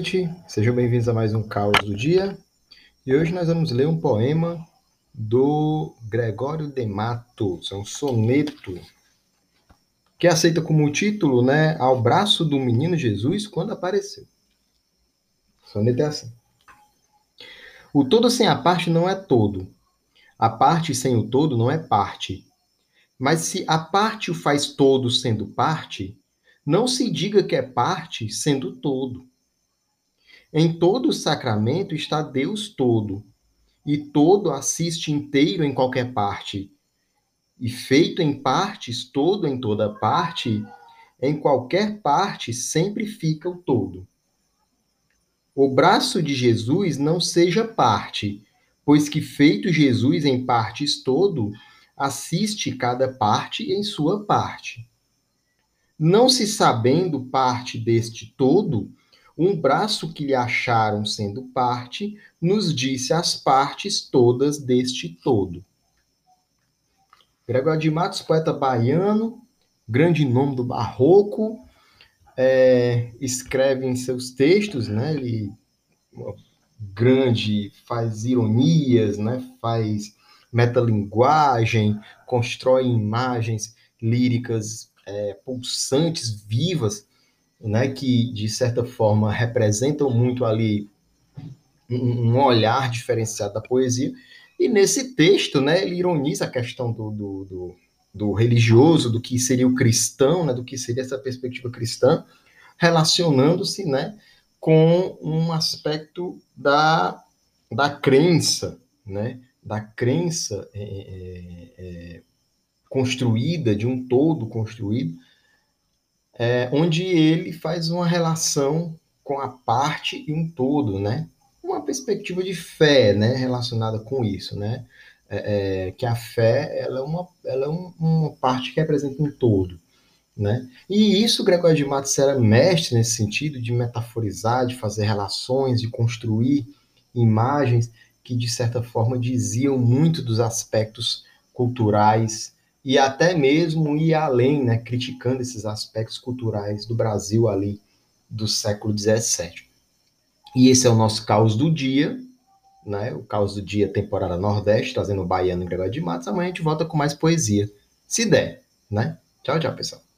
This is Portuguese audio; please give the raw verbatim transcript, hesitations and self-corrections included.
noite, sejam bem-vindos a mais um Caos do Dia. E hoje nós vamos ler um poema do Gregório de Matos, é um soneto que aceita como título, né, Ao Braço do Menino Jesus quando apareceu. O soneto é assim. O todo sem a parte não é todo, a parte sem o todo não é parte. Mas se a parte o faz todo sendo parte, não se diga que é parte sendo todo. Em todo o sacramento está Deus todo, e todo assiste inteiro em qualquer parte. E feito em partes, todo em toda parte, em qualquer parte sempre fica o todo. O braço de Jesus não seja parte, pois que feito Jesus em partes todo, assiste cada parte em sua parte. Não se sabendo parte deste todo, um braço que lhe acharam sendo parte, nos disse as partes todas deste todo. Gregório de Matos, poeta baiano, grande nome do barroco, é, escreve em seus textos, né, ele grande, faz ironias, né, faz metalinguagem, constrói imagens líricas é, pulsantes, vivas, né, que de certa forma representam muito ali um, um olhar diferenciado da poesia. E nesse texto, né, ele ironiza a questão do, do, do, do religioso, do que seria o cristão, né, do que seria essa perspectiva cristã, relacionando-se, né, com um aspecto da, da crença, né, da crença é, é, é, construída, de um todo construído, é, onde ele faz uma relação com a parte e um todo, né? Uma perspectiva de fé, né, relacionada com isso, né? É, é, que a fé ela é, uma, ela é um, uma parte que representa um todo, né? E isso Gregório de Matos era mestre nesse sentido de metaforizar, de fazer relações, de construir imagens que de certa forma diziam muito dos aspectos culturais e até mesmo ir além, né, criticando esses aspectos culturais do Brasil ali do século dezessete. E esse é o nosso caos do dia, né? O caos do dia temporada Nordeste, trazendo o baiano e Gregório de Matos. Amanhã a gente volta com mais poesia, se der, né? Tchau, tchau, pessoal.